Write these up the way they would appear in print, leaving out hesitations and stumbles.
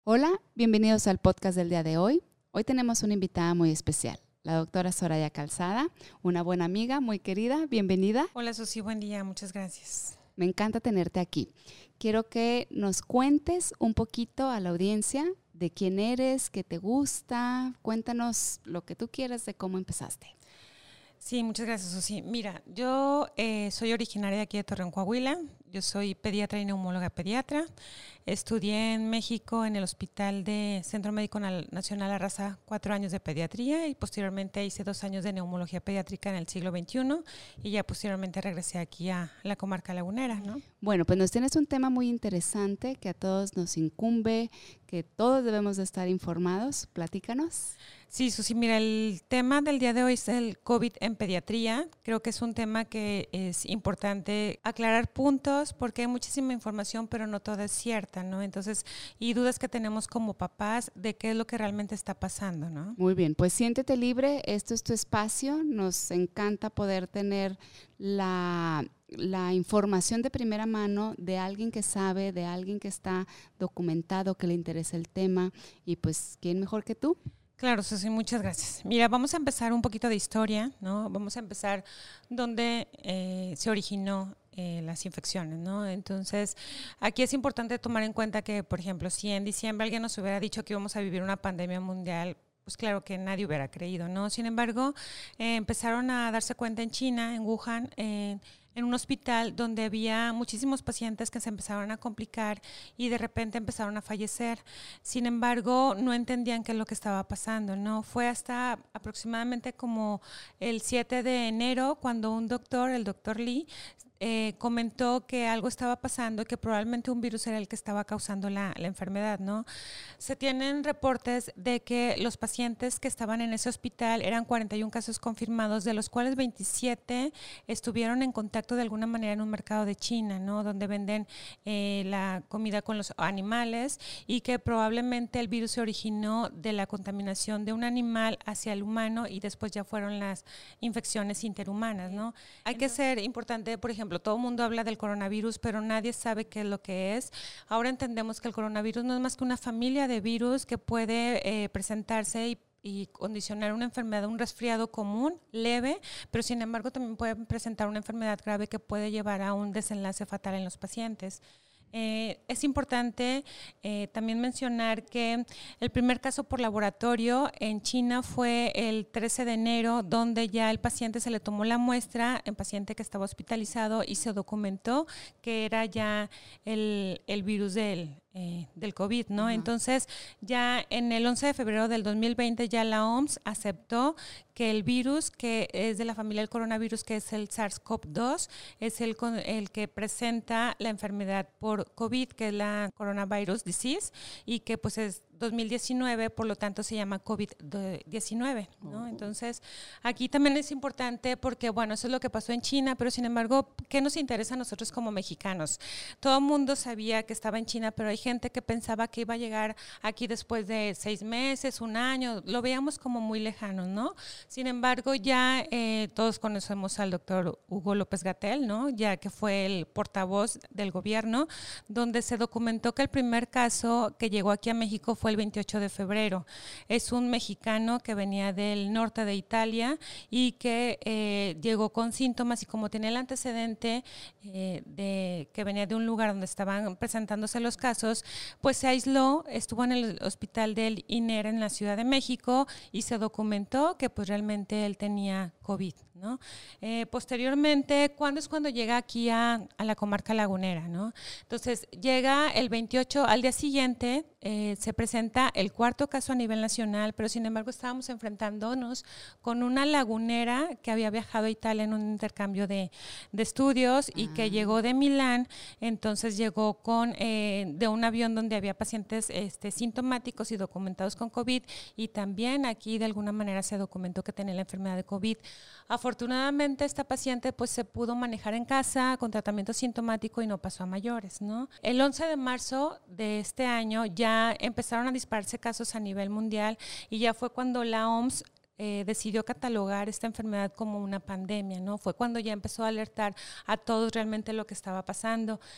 Hola, bienvenidos al podcast del día de hoy. Hoy tenemos una invitada muy especial, la doctora Soraya Calzada, una buena amiga, muy querida. Bienvenida. Hola Susi, buen día, muchas gracias. Me encanta tenerte aquí. Quiero que nos cuentes un poquito a la audiencia de quién eres, qué te gusta. Cuéntanos lo que tú quieras de cómo empezaste. Sí, muchas gracias, Susi. Mira, yo soy originaria de aquí de Torreón, Coahuila. Yo soy pediatra y neumóloga pediatra. Estudié en México en el Hospital de Centro Médico Nacional Arrasa 4 años de pediatría y posteriormente hice 2 años de neumología pediátrica en el siglo XXI y ya posteriormente regresé aquí a la comarca lagunera, ¿no? Bueno, pues nos tienes un tema muy interesante que a todos nos incumbe, que todos debemos de estar informados. Platícanos. Sí, Susi, mira, el tema del día de hoy es el COVID en pediatría. Creo que es un tema que es importante aclarar puntos porque hay muchísima información, pero no toda es cierta, ¿no? Entonces, y dudas que tenemos como papás de qué es lo que realmente está pasando, ¿no? Muy bien, pues siéntete libre, esto es tu espacio. Nos encanta poder tener la información de primera mano de alguien que sabe, de alguien que está documentado, que le interesa el tema y pues, ¿quién mejor que tú? Claro, Susi, muchas gracias. Mira, vamos a empezar un poquito de historia, ¿no? Vamos a empezar donde se originó las infecciones, ¿no? Entonces, aquí es importante tomar en cuenta que, por ejemplo, si en diciembre alguien nos hubiera dicho que íbamos a vivir una pandemia mundial, pues claro que nadie hubiera creído, ¿no? Sin embargo, empezaron a darse cuenta en China, en Wuhan, en un hospital donde había muchísimos pacientes que se empezaron a complicar y de repente empezaron a fallecer. Sin embargo, no entendían qué es lo que estaba pasando, ¿no? Fue hasta aproximadamente como el 7 de enero cuando un doctor, el doctor Lee, comentó que algo estaba pasando y que probablemente un virus era el que estaba causando la enfermedad, ¿no? Se tienen reportes de que los pacientes que estaban en ese hospital eran 41 casos confirmados, de los cuales 27 estuvieron en contacto de alguna manera en un mercado de China, ¿no? Donde venden la comida con los animales y que probablemente el virus se originó de la contaminación de un animal hacia el humano y después ya fueron las infecciones interhumanas, ¿no? Hay que ser importante, por ejemplo, todo el mundo habla del coronavirus, pero nadie sabe qué es lo que es. Ahora entendemos que el coronavirus no es más que una familia de virus que puede presentarse y condicionar una enfermedad, un resfriado común, leve, pero sin embargo también puede presentar una enfermedad grave que puede llevar a un desenlace fatal en los pacientes. Es importante también mencionar que el primer caso por laboratorio en China fue el 13 de enero, donde ya el paciente se le tomó la muestra, el paciente que estaba hospitalizado, y se documentó que era ya el virus del COVID, ¿no? Ajá. Z ya en el 11 de febrero del 2020 ya la OMS aceptó que el virus que es de la familia del coronavirus, que es el SARS-CoV-2, es el que presenta la enfermedad por COVID, que es la coronavirus disease, y que pues es 2019, por lo tanto se llama COVID-19, ¿no? Entonces, aquí también es importante porque, bueno, eso es lo que pasó en China, pero sin embargo, ¿qué nos interesa a nosotros como mexicanos? Todo el mundo sabía que estaba en China, pero hay gente que pensaba que iba a llegar aquí después de 6 meses, un año, lo veíamos como muy lejano, ¿no? Sin embargo, ya todos conocemos al doctor Hugo López-Gatell, ¿no? Ya que fue el portavoz del gobierno, donde se documentó que el primer caso que llegó aquí a México fue el 28 de febrero. Es un mexicano que venía del norte de Italia y que llegó con síntomas, y como tenía el antecedente de que venía de un lugar donde estaban presentándose los casos, pues se aisló, estuvo en el hospital del INER en la Ciudad de México y se documentó que pues realmente él tenía COVID, ¿no? Posteriormente, ¿cuándo es cuando llega aquí a la comarca lagunera, ¿no? Entonces, llega el 28, al día siguiente se presenta el cuarto caso a nivel nacional, pero sin embargo estábamos enfrentándonos con una lagunera que había viajado a Italia en un intercambio de estudios y que llegó de Milán. Entonces llegó de un avión donde había pacientes sintomáticos y documentados con COVID, y también aquí de alguna manera se documentó que tenía la enfermedad de COVID. Afortunadamente esta paciente pues se pudo manejar en casa con tratamiento sintomático y no pasó a mayores, ¿no? El 11 de marzo de este año ya empezaron a dispararse casos a nivel mundial y ya fue cuando la OMS decidió catalogar esta enfermedad como una pandemia, ¿no? Fue cuando ya empezó a alertar a todos realmente lo que estaba pasando.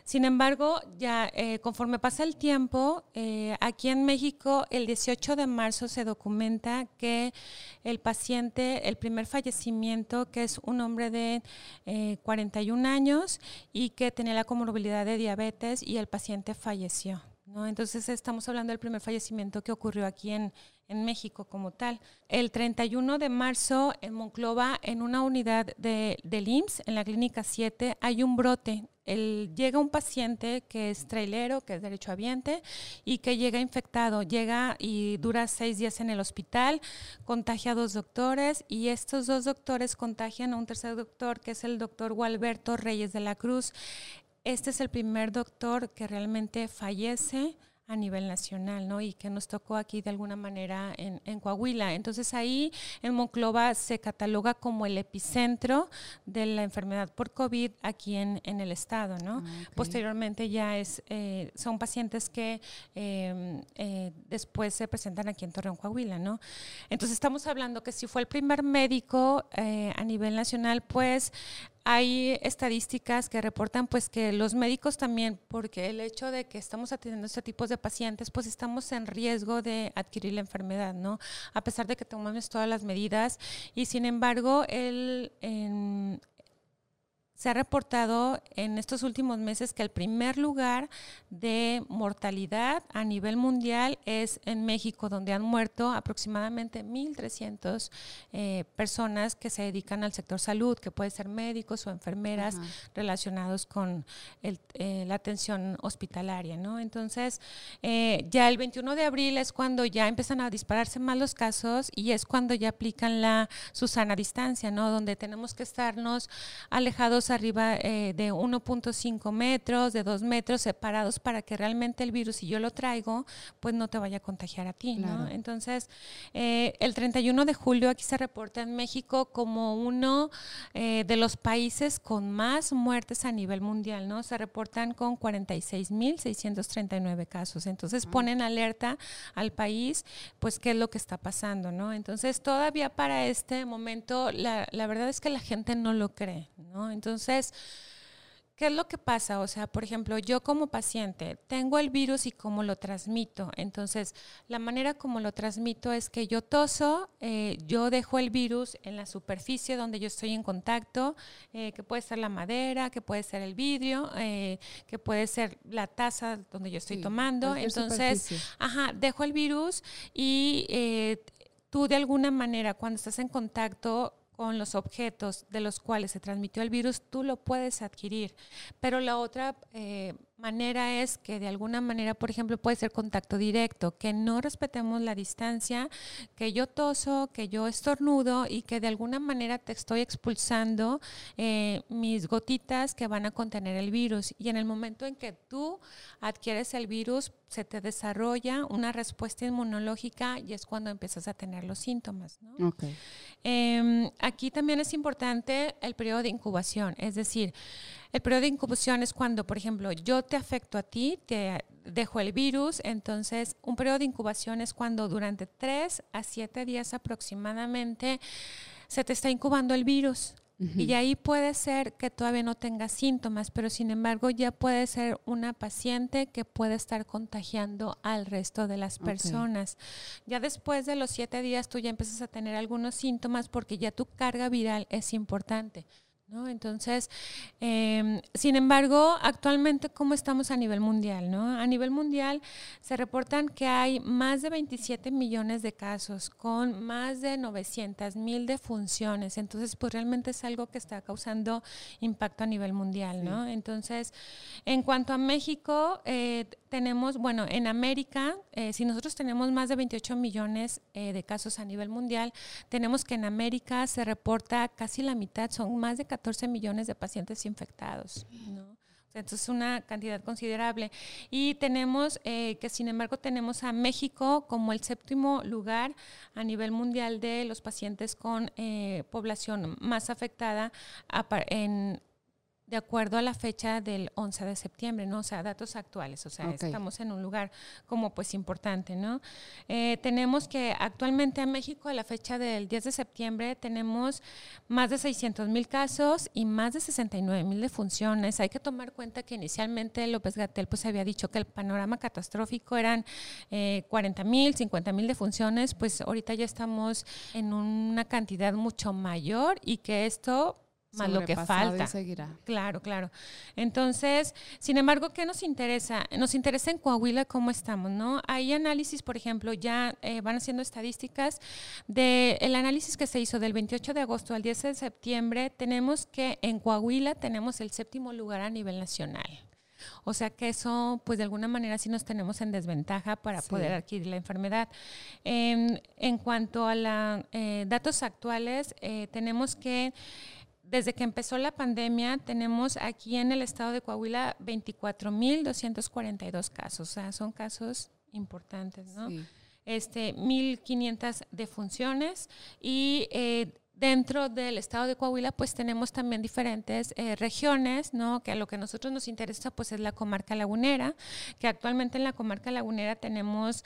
Sin embargo, ya conforme pasa el tiempo, aquí en México, el 18 de marzo se documenta que el paciente, el primer fallecimiento, que es un hombre de 41 años y que tenía la comorbilidad de diabetes, y el paciente falleció, ¿no? Entonces estamos hablando del primer fallecimiento que ocurrió aquí en México como tal. El 31 de marzo en Monclova, en una unidad del IMSS, en la Clínica 7, hay un brote. Llega un paciente que es trailero, que es derechohabiente y que llega infectado. Llega y dura 6 días en el hospital, contagia a 2 doctores y estos 2 doctores contagian a un tercer doctor, que es el doctor Gualberto Reyes de la Cruz. Este es el primer doctor que realmente fallece a nivel nacional, ¿no? Y que nos tocó aquí de alguna manera en Coahuila. Entonces ahí en Monclova se cataloga como el epicentro de la enfermedad por COVID aquí en el estado, ¿no? Okay. Posteriormente ya son pacientes que después se presentan aquí en Torreón, Coahuila, ¿no? Entonces estamos hablando que si fue el primer médico a nivel nacional, pues hay estadísticas que reportan pues que los médicos también, porque el hecho de que estamos atendiendo este tipo de pacientes, pues estamos en riesgo de adquirir la enfermedad, ¿no? A pesar de que tomamos todas las medidas y sin embargo se ha reportado en estos últimos meses que el primer lugar de mortalidad a nivel mundial es en México, donde han muerto aproximadamente 1,300 personas que se dedican al sector salud, que pueden ser médicos o enfermeras relacionados con la atención hospitalaria, ¿no? Entonces, ya el 21 de abril es cuando ya empiezan a dispararse más los casos y es cuando ya aplican la Susana distancia, ¿no? Donde tenemos que estarnos alejados arriba de 1.5 metros, de 2 metros separados para que realmente el virus, si yo lo traigo, pues no te vaya a contagiar a ti, claro, ¿no? Entonces, el 31 de julio aquí se reporta en México como uno de los países con más muertes a nivel mundial, ¿no? Se reportan con 46,639 casos. Entonces, ponen alerta al país, pues, qué es lo que está pasando, ¿no? Entonces, todavía para este momento, la verdad es que la gente no lo cree, ¿no? Entonces, ¿qué es lo que pasa? O sea, por ejemplo, yo como paciente tengo el virus y cómo lo transmito. Entonces, la manera como lo transmito es que yo toso, yo dejo el virus en la superficie donde yo estoy en contacto, que puede ser la madera, que puede ser el vidrio, que puede ser la taza donde yo estoy tomando. Entonces, dejo el virus y tú de alguna manera cuando estás en contacto con los objetos de los cuales se transmitió el virus, tú lo puedes adquirir. Pero la otra manera es que de alguna manera, por ejemplo, puede ser contacto directo, que no respetemos la distancia, que yo toso, que yo estornudo y que de alguna manera te estoy expulsando mis gotitas que van a contener el virus. Y en el momento en que tú adquieres el virus, se te desarrolla una respuesta inmunológica y es cuando empiezas a tener los síntomas, ¿no? Okay. Aquí también es importante el periodo de incubación, es decir, el periodo de incubación es cuando, por ejemplo, yo te afecto a ti, te dejo el virus, entonces un periodo de incubación es cuando durante 3 a 7 días aproximadamente se te está incubando el virus. Y ahí puede ser que todavía no tengas síntomas, pero sin embargo ya puede ser una paciente que puede estar contagiando al resto de las personas. Ya después de los 7 días tú ya empiezas a tener algunos síntomas porque ya tu carga viral es importante, ¿no? Entonces, sin embargo, actualmente, ¿cómo estamos a nivel mundial, no? A nivel mundial se reportan que hay más de 27 millones de casos con más de 900,000 defunciones. Entonces, pues realmente es algo que está causando impacto a nivel mundial, ¿no? Sí. Entonces, en cuanto a México, tenemos, bueno, en América, si nosotros tenemos más de 28 millones de casos a nivel mundial, tenemos que en América se reporta casi la mitad, son más de 14 millones de pacientes infectados, ¿no? Entonces es una cantidad considerable. Y tenemos que, sin embargo, tenemos a México como el 7º lugar a nivel mundial de los pacientes con población más afectada de acuerdo a la fecha del 11 de septiembre, ¿no? O sea, datos actuales, o sea, estamos en un lugar como pues importante, ¿no? Tenemos que actualmente en México a la fecha del 10 de septiembre tenemos más de 600,000 casos y más de 69,000 defunciones. Hay que tomar cuenta que inicialmente López-Gatell pues había dicho que el panorama catastrófico eran 40,000, 50,000 defunciones, pues ahorita ya estamos en una cantidad mucho mayor y que esto más lo que falta. Claro, claro. Entonces, sin embargo, ¿qué nos interesa? Nos interesa en Coahuila cómo estamos, ¿no? Hay análisis, por ejemplo, ya van haciendo estadísticas del análisis que se hizo del 28 de agosto al 10 de septiembre. Tenemos que en Coahuila tenemos el 7º lugar a nivel nacional. O sea que eso, pues de alguna manera sí nos tenemos en desventaja para poder adquirir la enfermedad. En cuanto a datos actuales, tenemos que desde que empezó la pandemia, tenemos aquí en el estado de Coahuila 24,242 casos. O sea, son casos importantes, ¿no? Sí. 1,500 defunciones y dentro del estado de Coahuila, pues tenemos también diferentes regiones, ¿no? Que a lo que a nosotros nos interesa, pues es la comarca lagunera, que actualmente en la comarca lagunera tenemos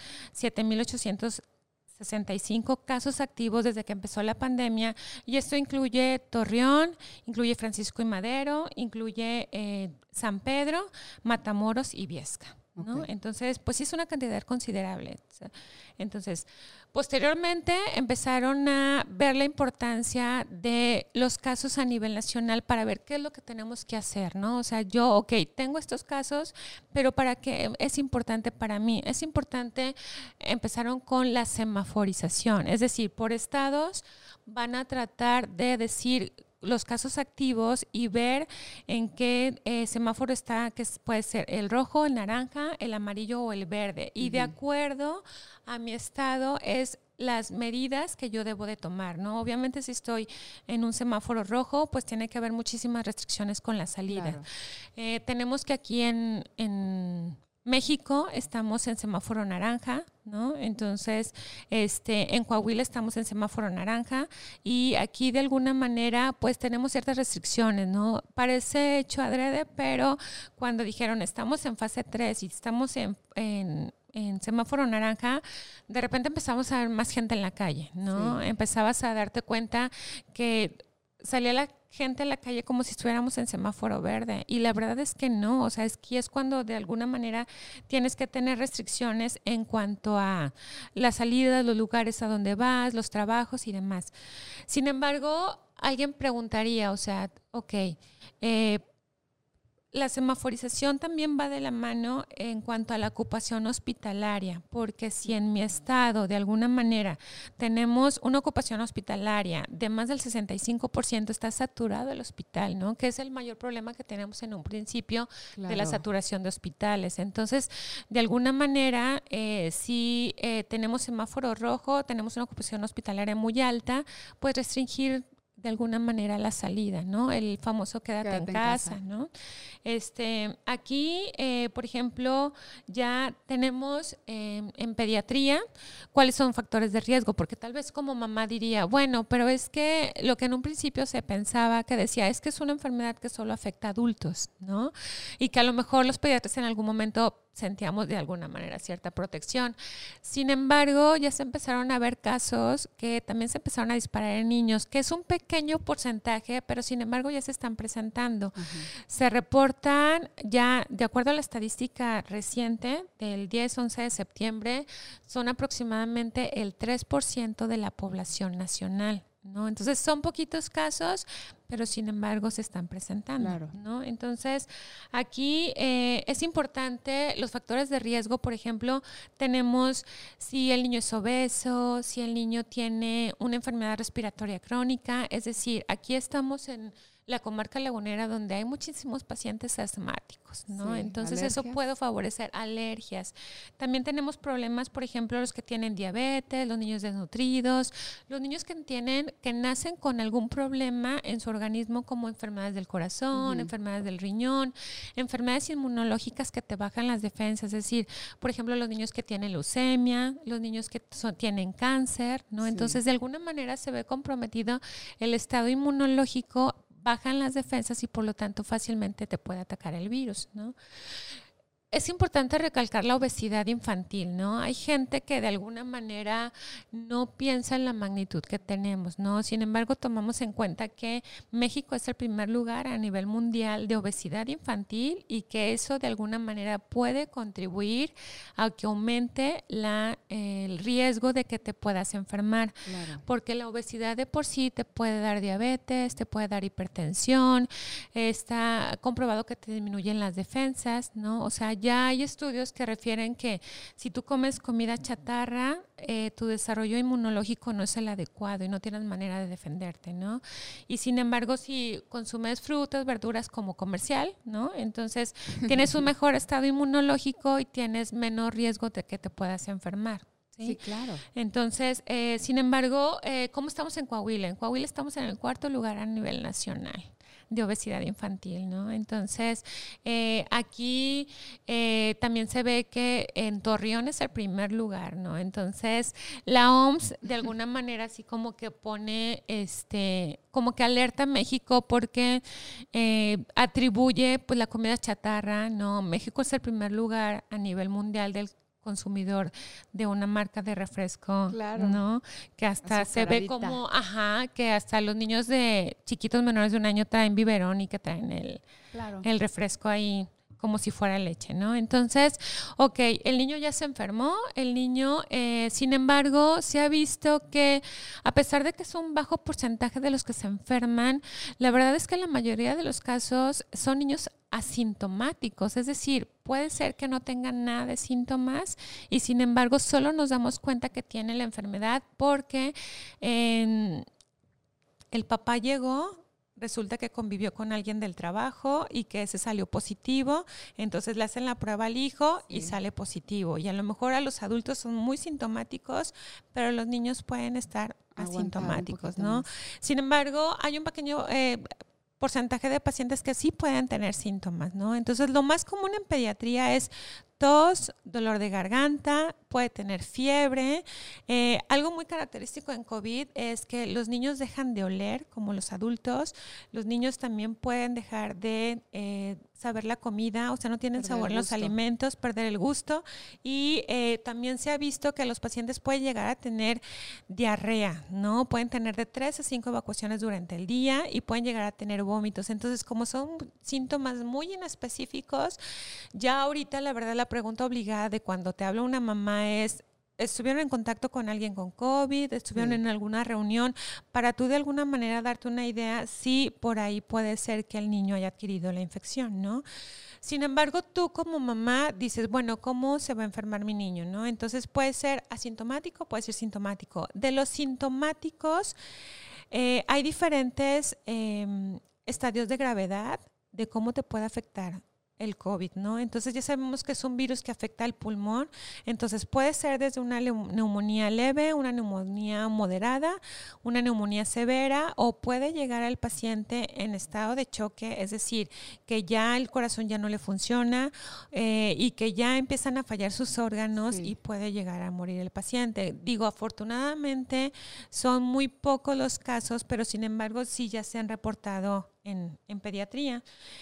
7,865 casos activos desde que empezó la pandemia, y esto incluye Torreón, incluye Francisco y Madero, incluye San Pedro, Matamoros y Viesca, ¿no? Okay. Entonces, pues sí es una cantidad considerable. Entonces, posteriormente empezaron a ver la importancia de los casos a nivel nacional para ver qué es lo que tenemos que hacer, ¿no? O sea, yo, tengo estos casos, pero ¿para qué es importante para mí? Es importante, empezaron con la semaforización, es decir, por estados van a tratar de decir los casos activos y ver en qué semáforo está, que puede ser el rojo, el naranja, el amarillo o el verde. Y de acuerdo a mi estado es las medidas que yo debo de tomar, ¿no? Obviamente si estoy en un semáforo rojo, pues tiene que haber muchísimas restricciones con la salida. Claro. Tenemos que aquí en México estamos en semáforo naranja, ¿no? Entonces, en Coahuila estamos en semáforo naranja y aquí de alguna manera pues tenemos ciertas restricciones, ¿no? Parece hecho adrede, pero cuando dijeron estamos en fase 3 y estamos en semáforo naranja, de repente empezamos a ver más gente en la calle, ¿no? Sí. Empezabas a darte cuenta que salía la gente a la calle como si estuviéramos en semáforo verde, y la verdad es que no, o sea, aquí es cuando de alguna manera tienes que tener restricciones en cuanto a las salidas, los lugares a donde vas, los trabajos y demás. Sin embargo, alguien preguntaría, o sea, la semaforización también va de la mano en cuanto a la ocupación hospitalaria, porque si en mi estado de alguna manera tenemos una ocupación hospitalaria de más del 65%, está saturado el hospital, ¿no? Que es el mayor problema que tenemos en un principio, claro, de la saturación de hospitales. Entonces, de alguna manera, si tenemos semáforo rojo, tenemos una ocupación hospitalaria muy alta, pues restringir de alguna manera la salida, ¿no? El famoso quédate en casa, ¿no? Aquí, por ejemplo, ya tenemos en pediatría cuáles son factores de riesgo, porque tal vez como mamá diría, bueno, pero es que lo que en un principio se pensaba, que decía, es que es una enfermedad que solo afecta a adultos, ¿no? Y que a lo mejor los pediatras en algún momento sentíamos de alguna manera cierta protección. Sin embargo, ya se empezaron a ver casos que también se empezaron a disparar en niños, que es un pequeño porcentaje, pero sin embargo ya se están presentando. Se reportan ya, de acuerdo a la estadística reciente del 10-11 de septiembre, son aproximadamente el 3% de la población nacional, ¿no? Entonces son poquitos casos, pero sin embargo se están presentando, claro, ¿no? Entonces aquí es importante los factores de riesgo. Por ejemplo, tenemos si el niño es obeso, si el niño tiene una enfermedad respiratoria crónica, es decir, aquí estamos en la comarca lagunera donde hay muchísimos pacientes asmáticos, ¿no? Sí, entonces alergias. Eso puede favorecer alergias. También tenemos problemas, por ejemplo, los que tienen diabetes, los niños desnutridos, los niños que nacen con algún problema en su organismo, como enfermedades del corazón, enfermedades del riñón, enfermedades inmunológicas que te bajan las defensas, es decir, por ejemplo, los niños que tienen leucemia, los niños que tienen cáncer, ¿no? Sí. Entonces, de alguna manera se ve comprometido el estado inmunológico, bajan las defensas y por lo tanto fácilmente te puede atacar el virus, ¿no? Es importante recalcar la obesidad infantil, ¿no? Hay gente que de alguna manera no piensa en la magnitud que tenemos, ¿no? Sin embargo, tomamos en cuenta que México es el primer lugar a nivel mundial de obesidad infantil y que eso de alguna manera puede contribuir a que aumente el riesgo de que te puedas enfermar. Claro. Porque la obesidad de por sí te puede dar diabetes, te puede dar hipertensión, está comprobado que te disminuyen las defensas, ¿no? O sea, ya hay estudios que refieren que si tú comes comida chatarra, tu desarrollo inmunológico no es el adecuado y no tienes manera de defenderte, ¿no? Y sin embargo, si consumes frutas, verduras como comercial, ¿no? Entonces tienes un mejor estado inmunológico y tienes menos riesgo de que te puedas enfermar. ¿Sí? Sí, claro. Entonces, sin embargo, ¿cómo estamos en Coahuila? En Coahuila estamos en el 4º lugar a nivel nacional de obesidad infantil, ¿no? Entonces, aquí también se ve que en Torreón es el primer lugar, ¿no? Entonces, la OMS de alguna manera así como que pone, como que alerta a México porque atribuye pues la comida chatarra, ¿no? México es el primer lugar a nivel mundial del consumidor de una marca de refresco, claro, ¿no? Que hasta se ve como, que hasta los niños de chiquitos menores de 1 año traen biberón y que traen el refresco ahí como si fuera leche, ¿no? Entonces, el niño ya se enfermó, el niño, sin embargo, se ha visto que a pesar de que es un bajo porcentaje de los que se enferman, la verdad es que la mayoría de los casos son niños asintomáticos, es decir, puede ser que no tengan nada de síntomas y sin embargo solo nos damos cuenta que tiene la enfermedad porque el papá llegó, resulta que convivió con alguien del trabajo y que ese salió positivo, entonces le hacen la prueba al hijo y sale positivo. Y a lo mejor a los adultos son muy sintomáticos, pero los niños pueden estar asintomáticos, ¿no? Sin embargo, hay un pequeño porcentaje de pacientes que sí pueden tener síntomas, ¿no? Entonces, lo más común en pediatría es tos, dolor de garganta, puede tener fiebre. Algo muy característico en COVID es que los niños dejan de oler como los adultos. Los niños también pueden dejar de saber la comida, o sea, no tienen sabor en los alimentos, perder el gusto. Y también se ha visto que los pacientes pueden llegar a tener diarrea, ¿no? Pueden tener de 3 a 5 evacuaciones durante el día y pueden llegar a tener vómitos. Entonces, como son síntomas muy inespecíficos, ya ahorita la verdad la pregunta obligada de cuando te habla una mamá es, ¿estuvieron en contacto con alguien con COVID? ¿Estuvieron en alguna reunión? Para tú de alguna manera darte una idea, sí, por ahí puede ser que el niño haya adquirido la infección, ¿no? Sin embargo, tú como mamá dices, bueno, ¿cómo se va a enfermar mi niño, no? Entonces puede ser asintomático, puede ser sintomático. De los sintomáticos, hay diferentes estadios de gravedad de cómo te puede afectar el COVID, ¿no? Entonces ya sabemos que es un virus que afecta al pulmón, entonces puede ser desde una neumonía leve, una neumonía moderada, una neumonía severa o puede llegar al paciente en estado de choque, es decir, que ya el corazón ya no le funciona y que ya empiezan a fallar sus órganos y puede llegar a morir el paciente. Digo, afortunadamente son muy pocos los casos, pero sin embargo sí ya se han reportado en pediatría.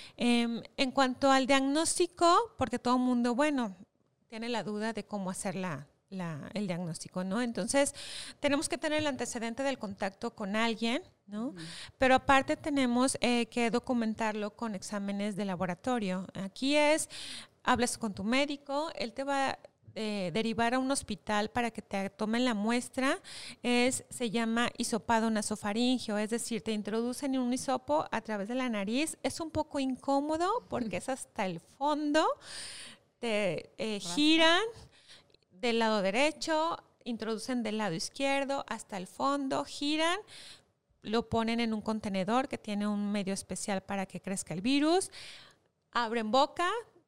En cuanto al diagnóstico, porque todo el mundo, tiene la duda de cómo hacer el diagnóstico, ¿no? Entonces, tenemos que tener el antecedente del contacto con alguien, ¿no? Pero aparte tenemos que documentarlo con exámenes de laboratorio. Aquí hablas con tu médico, él te va derivar a un hospital para que te tomen la muestra, se llama hisopado nasofaringeo, es decir, te introducen en un hisopo a través de la nariz. Es un poco incómodo porque es hasta el fondo, te giran del lado derecho, introducen del lado izquierdo hasta el fondo, giran, lo ponen en un contenedor que tiene un medio especial para que crezca el virus, abren boca,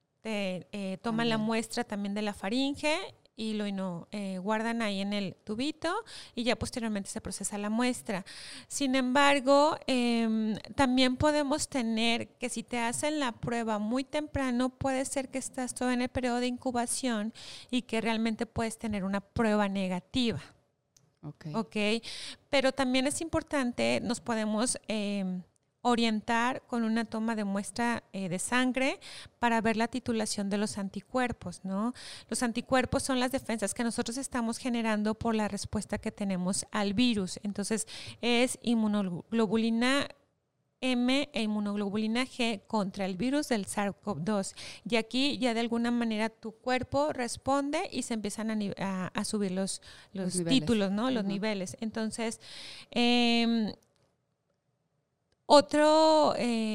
toman la muestra también de la faringe y lo guardan ahí en el tubito y ya posteriormente se procesa la muestra. Sin embargo, también podemos tener que si te hacen la prueba muy temprano, puede ser que estás todo en el periodo de incubación y que realmente puedes tener una prueba negativa. Okay. Pero también es importante, nos podemos orientar con una toma de muestra de sangre para ver la titulación de los anticuerpos, ¿no? Los anticuerpos son las defensas que nosotros estamos generando por la respuesta que tenemos al virus. Entonces, es inmunoglobulina M e inmunoglobulina G contra el virus del SARS-CoV-2. Y aquí ya de alguna manera tu cuerpo responde y se empiezan a subir los títulos, ¿no? Los niveles. Entonces, otro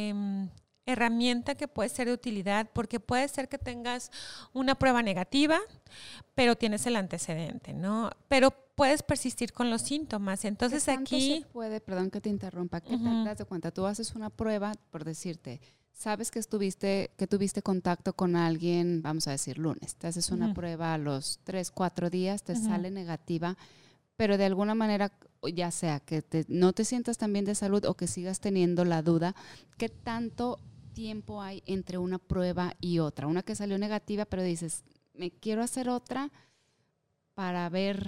herramienta que puede ser de utilidad, porque puede ser que tengas una prueba negativa, pero tienes el antecedente, ¿no? Pero puedes persistir con los síntomas. Entonces ¿Qué tanto aquí... se puede, perdón que te interrumpa, ¿qué te das de cuenta? Tú haces una prueba, por decirte, sabes que tuviste contacto con alguien, vamos a decir lunes, te haces una prueba a los 3, 4 días, te sale negativa, pero de alguna manera, ya sea que no te sientas tan bien de salud o que sigas teniendo la duda, ¿qué tanto tiempo hay entre una prueba y otra? Una que salió negativa, pero dices, me quiero hacer otra para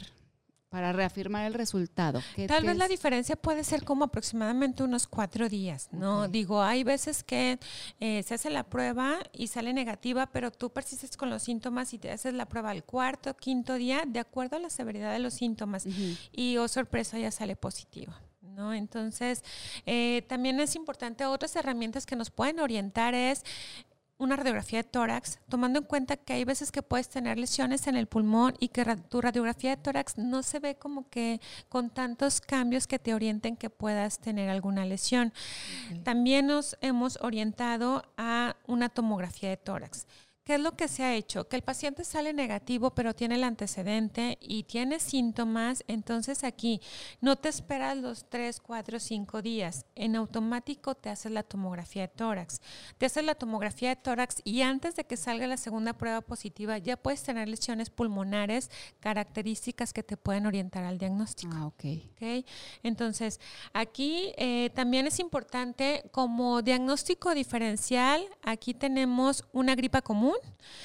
reafirmar el resultado. Tal vez la diferencia puede ser como aproximadamente unos 4 días, ¿no? Okay. Digo, hay veces que se hace la prueba y sale negativa, pero tú persistes con los síntomas y te haces la prueba al 4º, 5º día, de acuerdo a la severidad de los síntomas. Y, oh sorpresa, ya sale positiva, ¿no? Entonces, también es importante, otras herramientas que nos pueden orientar es una radiografía de tórax, tomando en cuenta que hay veces que puedes tener lesiones en el pulmón y que tu radiografía de tórax no se ve como que con tantos cambios que te orienten que puedas tener alguna lesión. También nos hemos orientado a una tomografía de tórax. ¿Qué es lo que se ha hecho? Que el paciente sale negativo, pero tiene el antecedente y tiene síntomas. Entonces aquí no te esperas los 3, 4, 5 días. En automático te haces la tomografía de tórax. Te haces la tomografía de tórax y antes de que salga la segunda prueba positiva ya puedes tener lesiones pulmonares, características que te pueden orientar al diagnóstico. ¿Okay? Entonces aquí también es importante como diagnóstico diferencial. Aquí tenemos una gripa común.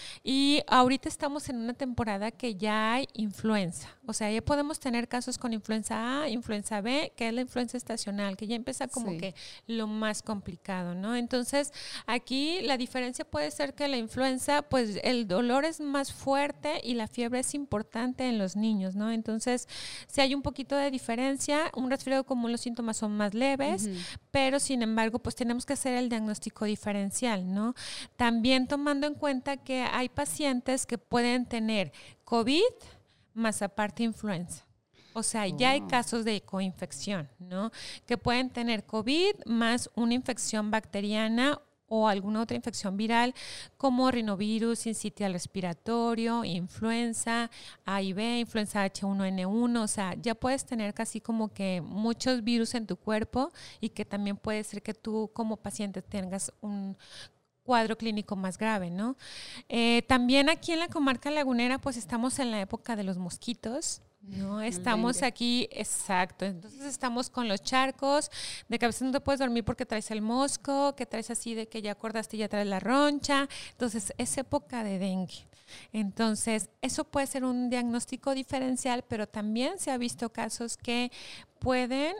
Y ahorita estamos en una temporada que ya hay influenza, o sea, ya podemos tener casos con influenza A, influenza B, que es la influenza estacional, que ya empieza como que lo más complicado, ¿no? Entonces, aquí la diferencia puede ser que la influenza, pues el dolor es más fuerte y la fiebre es importante en los niños, ¿no? Entonces, si hay un poquito de diferencia, un resfriado común los síntomas son más leves, pero sin embargo, pues tenemos que hacer el diagnóstico diferencial, ¿no? También tomando en cuenta que hay pacientes que pueden tener COVID más aparte influenza. O sea, ya hay casos de coinfección, ¿no? Que pueden tener COVID más una infección bacteriana o alguna otra infección viral como rinovirus, sincitial respiratorio, influenza, A y B, influenza H1N1, o sea, ya puedes tener casi como que muchos virus en tu cuerpo y que también puede ser que tú como paciente tengas un cuadro clínico más grave, ¿no? También aquí en la comarca lagunera, pues estamos en la época de los mosquitos, ¿no? Estamos aquí, exacto, entonces estamos con los charcos, de que a veces no te puedes dormir porque traes el mosco, que traes así de que ya acordaste y ya traes la roncha, entonces es época de dengue. Entonces, eso puede ser un diagnóstico diferencial, pero también se ha visto casos que pueden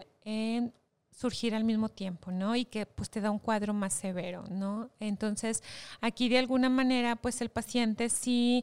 surgir al mismo tiempo, ¿no? Y que pues te da un cuadro más severo, ¿no? Entonces, aquí de alguna manera, pues el paciente sí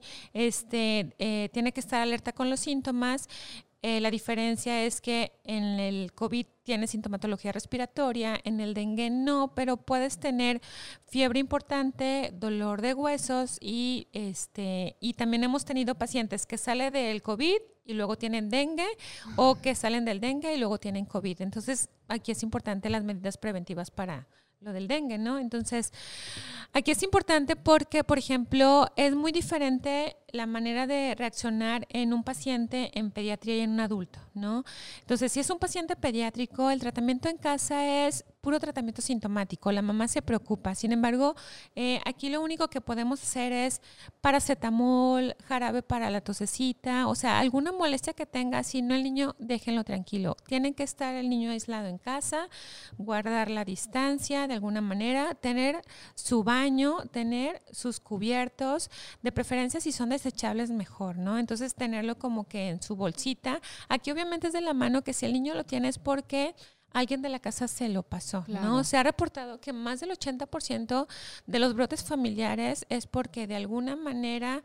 tiene que estar alerta con los síntomas. La diferencia es que en el COVID tiene sintomatología respiratoria, en el dengue no, pero puedes tener fiebre importante, dolor de huesos y también hemos tenido pacientes que salen del COVID y luego tienen dengue o que salen del dengue y luego tienen COVID. Entonces, aquí es importante las medidas preventivas para lo del dengue, ¿no? Entonces, aquí es importante porque, por ejemplo, es muy diferente la manera de reaccionar en un paciente en pediatría y en un adulto, ¿no? Entonces, si es un paciente pediátrico, el tratamiento en casa es puro tratamiento sintomático, la mamá se preocupa. Sin embargo, aquí lo único que podemos hacer es paracetamol, jarabe para la tosecita, o sea, alguna molestia que tenga, si no el niño, déjenlo tranquilo. Tiene que estar el niño aislado en casa, guardar la distancia de alguna manera, tener su baño, tener sus cubiertos, de preferencia si son desechables mejor, ¿no? Entonces tenerlo como que en su bolsita. Aquí obviamente es de la mano que si el niño lo tiene es porque alguien de la casa se lo pasó, Claro. ¿no? Se ha reportado que más del 80% de los brotes familiares es porque de alguna manera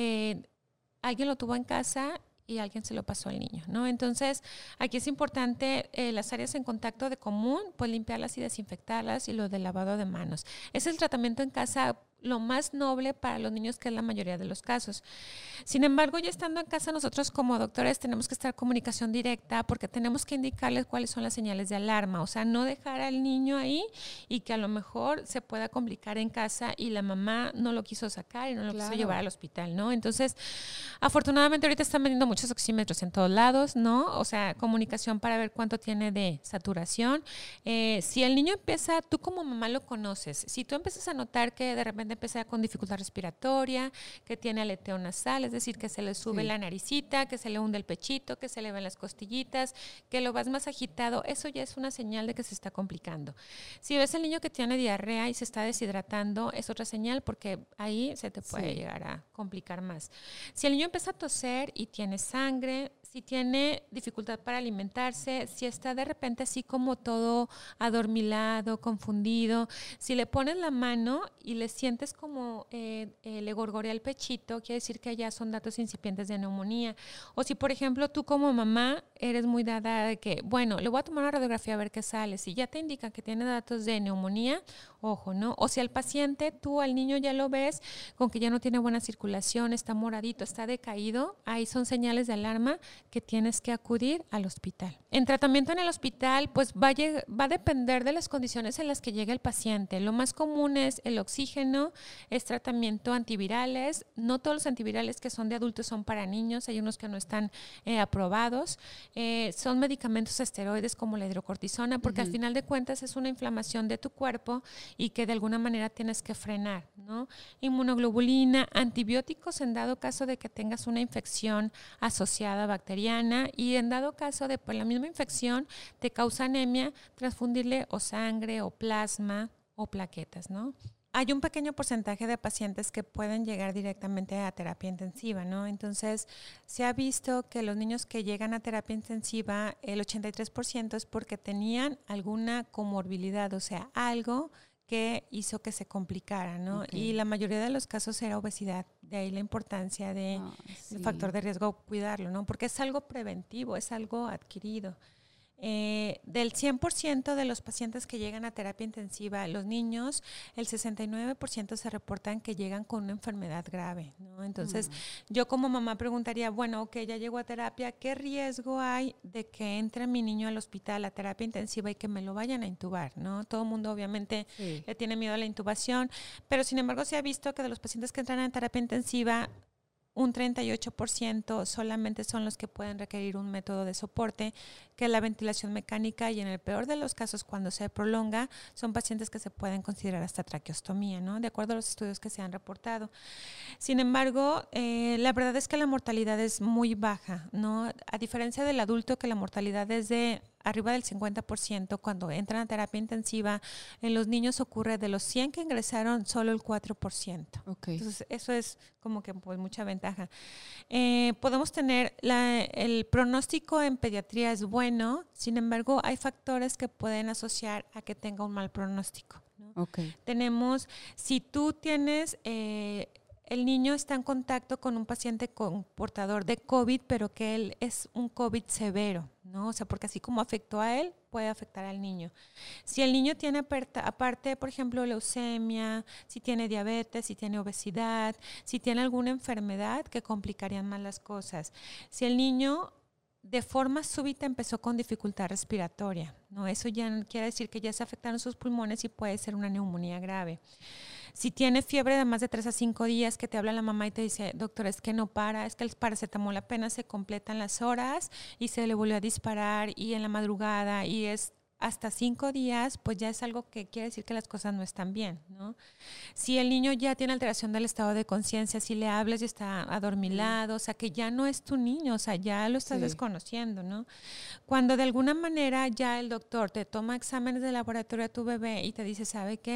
alguien lo tuvo en casa y alguien se lo pasó al niño, ¿no? Entonces, aquí es importante las áreas en contacto de común, pues limpiarlas y desinfectarlas, y lo del lavado de manos. Es el tratamiento en casa lo más noble para los niños, que es la mayoría de los casos. Sin embargo, ya estando en casa, nosotros como doctores tenemos que estar en comunicación directa, porque tenemos que indicarles cuáles son las señales de alarma, o sea, no dejar al niño ahí y que a lo mejor se pueda complicar en casa y la mamá no lo quiso sacar y no lo quiso llevar al hospital, ¿no? Entonces, afortunadamente ahorita están vendiendo muchos oxímetros en todos lados, ¿no? O sea, comunicación para ver cuánto tiene de saturación. Si el niño empieza, tú como mamá lo conoces, si tú empiezas a notar que de repente empieza con dificultad respiratoria, que tiene aleteo nasal, es decir, que se le sube la naricita, que se le hunde el pechito, que se le ven las costillitas, que lo vas más agitado, eso ya es una señal de que se está complicando. Si ves al niño que tiene diarrea y se está deshidratando, es otra señal, porque ahí se te puede llegar a complicar más. Si el niño empieza a toser y tiene sangre, si tiene dificultad para alimentarse, si está de repente así como todo adormilado, confundido, si le pones la mano y le sientes como le gorgorea el pechito, quiere decir que ya son datos incipientes de neumonía. O si, por ejemplo, tú como mamá eres muy dada de que, bueno, le voy a tomar una radiografía a ver qué sale. Si ya te indican que tiene datos de neumonía, ojo, ¿no? O si al paciente, tú al niño ya lo ves con que ya no tiene buena circulación, está moradito, está decaído, ahí son señales de alarma que tienes que acudir al hospital. En tratamiento en el hospital, pues va a depender de las condiciones en las que llegue el paciente. Lo más común es el oxígeno, es tratamiento antivirales. No todos los antivirales que son de adultos son para niños, hay unos que no están aprobados. Son medicamentos esteroides como la hidrocortisona, porque al final de cuentas es una inflamación de tu cuerpo y que de alguna manera tienes que frenar, ¿no? Inmunoglobulina, antibióticos en dado caso de que tengas una infección asociada bacteriana, y en dado caso de la misma infección te causa anemia, transfundirle o sangre o plasma o plaquetas, ¿no? Hay un pequeño porcentaje de pacientes que pueden llegar directamente a terapia intensiva, ¿no? Entonces, se ha visto que los niños que llegan a terapia intensiva, el 83% es porque tenían alguna comorbilidad, o sea, algo que hizo que se complicara, ¿no? Y la mayoría de los casos era obesidad, de ahí la importancia de el factor de riesgo, cuidarlo, ¿no? Porque es algo preventivo, es algo adquirido. Del 100% de los pacientes que llegan a terapia intensiva, los niños, el 69% se reportan que llegan con una enfermedad grave, ¿no? Entonces, yo como mamá preguntaría, bueno, ok, ya llegó a terapia, ¿qué riesgo hay de que entre mi niño al hospital a terapia intensiva y que me lo vayan a intubar, ¿no? Todo el mundo obviamente le tiene miedo a la intubación, pero sin embargo se ha visto que de los pacientes que entran en terapia intensiva, un 38% solamente son los que pueden requerir un método de soporte, que es la ventilación mecánica, y en el peor de los casos, cuando se prolonga, son pacientes que se pueden considerar hasta traqueostomía, ¿no? De acuerdo a los estudios que se han reportado. Sin embargo, la verdad es que la mortalidad es muy baja, ¿no? A diferencia del adulto, que la mortalidad es de arriba del 50%, cuando entran a terapia intensiva, en los niños ocurre de los 100 que ingresaron, solo el 4%. Entonces, eso es como que pues mucha ventaja. Podemos tener, el pronóstico en pediatría es bueno, sin embargo, hay factores que pueden asociar a que tenga un mal pronóstico, ¿no? Tenemos, si tú tienes... el niño está en contacto con un paciente con portador de COVID, pero que él es un COVID severo, ¿no? O sea, porque así como afectó a él, puede afectar al niño. Si el niño tiene aparte, por ejemplo, leucemia, si tiene diabetes, si tiene obesidad, si tiene alguna enfermedad que complicarían más las cosas. Si el niño de forma súbita empezó con dificultad respiratoria, ¿no? Eso ya quiere decir que ya se afectaron sus pulmones y puede ser una neumonía grave. Si tiene fiebre de más de 3 a 5 días, que te habla la mamá y te dice, doctor, es que no para, es que el paracetamol apenas se completan las horas y se le volvió a disparar, y en la madrugada, y es hasta 5 días, pues ya es algo que quiere decir que las cosas no están bien, ¿no? Si el niño ya tiene alteración del estado de conciencia, si le hablas y está adormilado, o sea, que ya no es tu niño, o sea, ya lo estás desconociendo, ¿no? Cuando de alguna manera ya el doctor te toma exámenes de laboratorio a tu bebé y te dice, ¿sabe qué?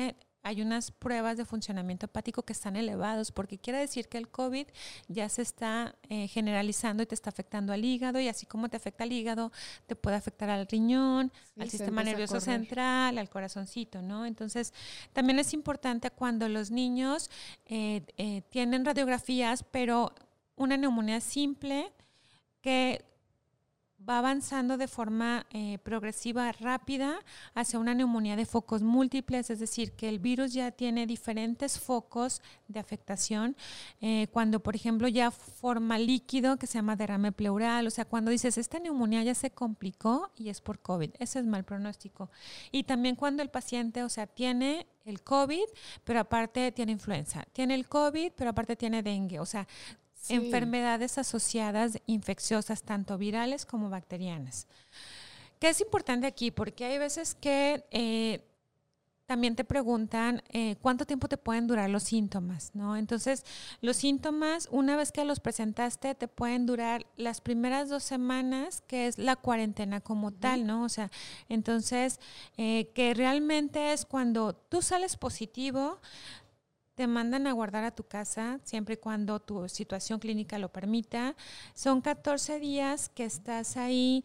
hay unas pruebas de funcionamiento hepático que están elevados, porque quiere decir que el COVID ya se está generalizando y te está afectando al hígado, y así como te afecta al hígado, te puede afectar al riñón, al sistema nervioso central, al corazoncito, ¿no? Entonces, también es importante cuando los niños tienen radiografías, pero una neumonía simple que va avanzando de forma progresiva, rápida, hacia una neumonía de focos múltiples, es decir, que el virus ya tiene diferentes focos de afectación. Cuando, por ejemplo, ya forma líquido, que se llama derrame pleural, o sea, cuando dices, esta neumonía ya se complicó y es por COVID, ese es mal pronóstico. Y también cuando el paciente, o sea, tiene el COVID, pero aparte tiene influenza, tiene el COVID, pero aparte tiene dengue, o sea, enfermedades asociadas infecciosas, tanto virales como bacterianas. ¿Qué es importante aquí? Porque hay veces que también te preguntan cuánto tiempo te pueden durar los síntomas, ¿no? Entonces, los síntomas, una vez que los presentaste, te pueden durar las primeras 2 semanas, que es la cuarentena como tal, ¿no? O sea, entonces, que realmente es cuando tú sales positivo, te mandan a guardar a tu casa siempre y cuando tu situación clínica lo permita. Son 14 días que estás ahí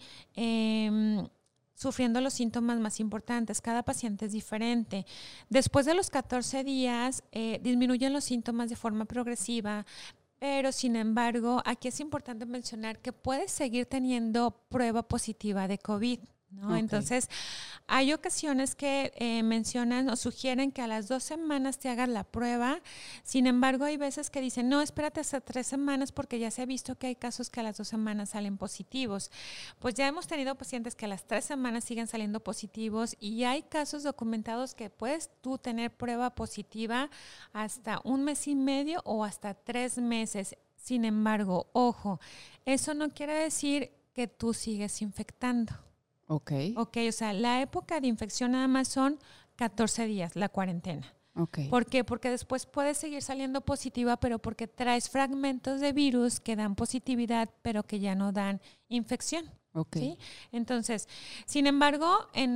sufriendo los síntomas más importantes. Cada paciente es diferente. Después de los 14 días disminuyen los síntomas de forma progresiva, pero sin embargo, aquí es importante mencionar que puedes seguir teniendo prueba positiva de COVID, ¿no? Okay. Entonces, hay ocasiones que mencionan o sugieren que a las 2 semanas te hagas la prueba. Sin embargo, hay veces que dicen, no, espérate hasta 3 semanas porque ya se ha visto que hay casos que a las 2 semanas salen positivos. Pues ya hemos tenido pacientes que a las 3 semanas siguen saliendo positivos, y hay casos documentados que puedes tú tener prueba positiva hasta 1 mes y medio o hasta 3 meses. Sin embargo, ojo, eso no quiere decir que tú sigues infectando. Ok, o sea, la época de infección nada más son 14 días, la cuarentena. Okay. ¿Por qué? Porque después puedes seguir saliendo positiva, pero porque traes fragmentos de virus que dan positividad, pero que ya no dan infección. Okay. ¿Sí? Entonces, sin embargo,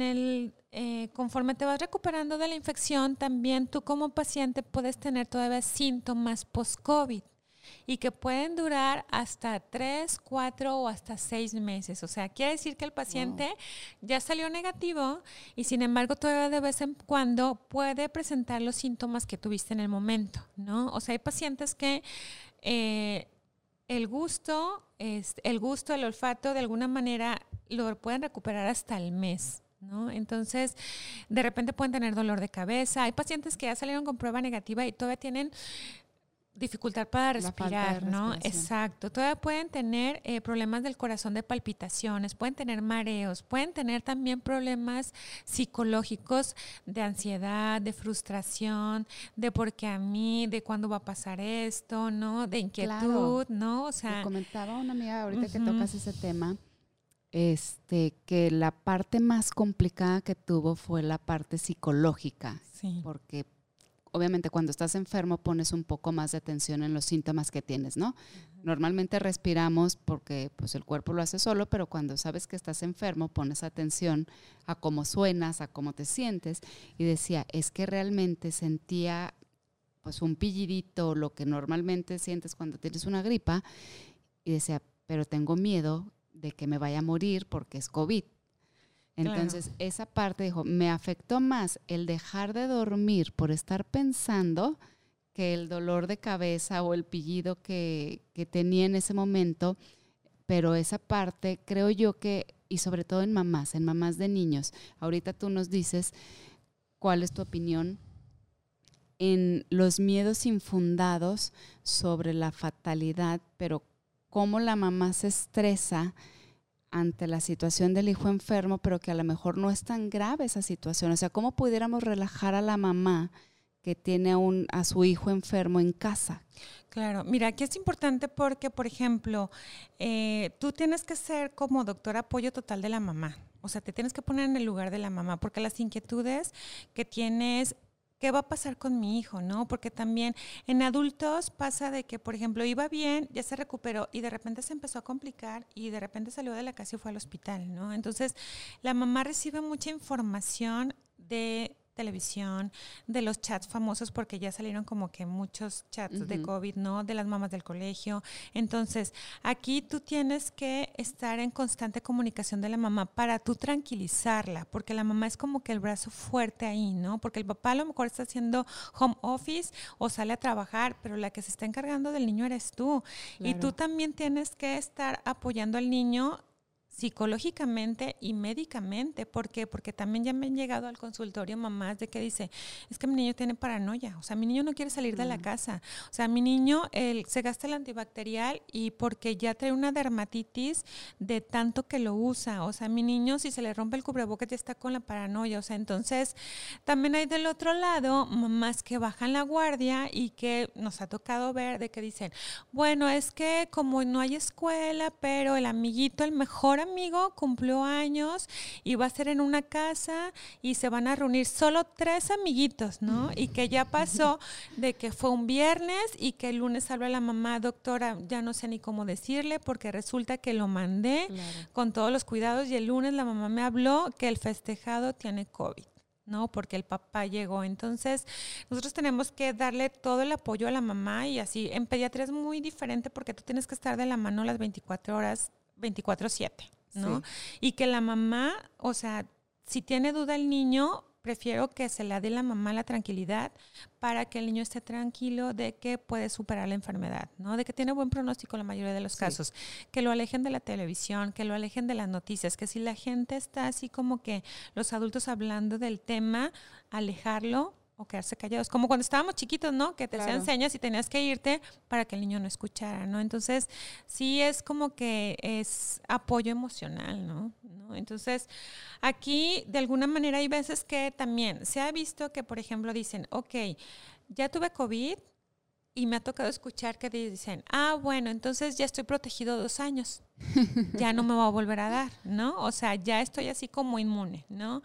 conforme te vas recuperando de la infección, también tú como paciente puedes tener todavía síntomas post-COVID, y que pueden durar hasta 3, 4 o hasta 6 meses. O sea, quiere decir que el paciente ya salió negativo y sin embargo todavía de vez en cuando puede presentar los síntomas que tuviste en el momento, ¿no? O sea, hay pacientes que el gusto, el olfato, de alguna manera lo pueden recuperar hasta el mes, ¿no? Entonces, de repente pueden tener dolor de cabeza. Hay pacientes que ya salieron con prueba negativa y todavía tienen dificultad para respirar, ¿no? Exacto. Todavía pueden tener problemas del corazón, de palpitaciones, pueden tener mareos, pueden tener también problemas psicológicos de ansiedad, de frustración, de por qué a mí, de cuándo va a pasar esto, ¿no? De inquietud, claro, ¿no? O sea, me comentaba una amiga ahorita que tocas ese tema, que la parte más complicada que tuvo fue la parte psicológica, sí, porque obviamente cuando estás enfermo pones un poco más de atención en los síntomas que tienes, ¿no? Normalmente respiramos porque pues, el cuerpo lo hace solo, pero cuando sabes que estás enfermo pones atención a cómo suenas, a cómo te sientes. Y decía, es que realmente sentía pues un pillidito, lo que normalmente sientes cuando tienes una gripa, y decía, pero tengo miedo de que me vaya a morir porque es COVID. Entonces, claro, esa parte dijo, me afectó más el dejar de dormir por estar pensando que el dolor de cabeza o el pillido que tenía en ese momento, pero esa parte creo yo que, y sobre todo en mamás de niños, ahorita tú nos dices cuál es tu opinión en los miedos infundados sobre la fatalidad, pero cómo la mamá se estresa ante la situación del hijo enfermo, pero que a lo mejor no es tan grave esa situación. O sea, ¿cómo pudiéramos relajar a la mamá que tiene a su hijo enfermo en casa? Claro, mira, aquí es importante porque, por ejemplo, tú tienes que ser como doctor apoyo total de la mamá. O sea, te tienes que poner en el lugar de la mamá, porque las inquietudes que tienes, ¿qué va a pasar con mi hijo, no? Porque también en adultos pasa de que, por ejemplo, iba bien, ya se recuperó y de repente se empezó a complicar y de repente salió de la casa y fue al hospital, ¿no? Entonces, la mamá recibe mucha información de televisión, de los chats famosos, porque ya salieron como que muchos chats de COVID, ¿no? De las mamás del colegio. Entonces, aquí tú tienes que estar en constante comunicación de la mamá para tú tranquilizarla, porque la mamá es como que el brazo fuerte ahí, ¿no? Porque el papá a lo mejor está haciendo home office o sale a trabajar, pero la que se está encargando del niño eres tú. Claro. Y tú también tienes que estar apoyando al niño psicológicamente y médicamente. ¿Por qué? Porque también ya me han llegado al consultorio mamás de que dice, es que mi niño tiene paranoia, o sea, mi niño no quiere salir de la casa, o sea, mi niño se gasta el antibacterial y porque ya trae una dermatitis de tanto que lo usa, o sea, mi niño si se le rompe el cubrebocas ya está con la paranoia, o sea, entonces también hay del otro lado mamás que bajan la guardia y que nos ha tocado ver de que dicen, bueno, es que como no hay escuela, pero el amiguito, el mejor amigo cumplió años y va a ser en una casa y se van a reunir solo 3 amiguitos, ¿no? Y que ya pasó de que fue un viernes y que el lunes habla la mamá, doctora, ya no sé ni cómo decirle porque resulta que lo mandé con todos los cuidados y el lunes la mamá me habló que el festejado tiene COVID, ¿no? Porque el papá llegó. Entonces, nosotros tenemos que darle todo el apoyo a la mamá y así. En pediatría es muy diferente porque tú tienes que estar de la mano las 24 horas, 24/7, ¿no? Sí. Y que la mamá, o sea, si tiene duda el niño, prefiero que se la dé la mamá la tranquilidad para que el niño esté tranquilo de que puede superar la enfermedad, ¿no? De que tiene buen pronóstico en la mayoría de los casos. Que lo alejen de la televisión, que lo alejen de las noticias, que si la gente está así como que los adultos hablando del tema, alejarlo o quedarse callados, como cuando estábamos chiquitos, ¿no? Que te hacían señas y tenías que irte para que el niño no escuchara, ¿no? Entonces, sí es como que es apoyo emocional, ¿no? Entonces, aquí de alguna manera hay veces que también se ha visto que, por ejemplo, dicen, ok, ya tuve COVID y me ha tocado escuchar que dicen, bueno, entonces ya estoy protegido 2 años, ya no me va a volver a dar, ¿no? O sea, ya estoy así como inmune, ¿no?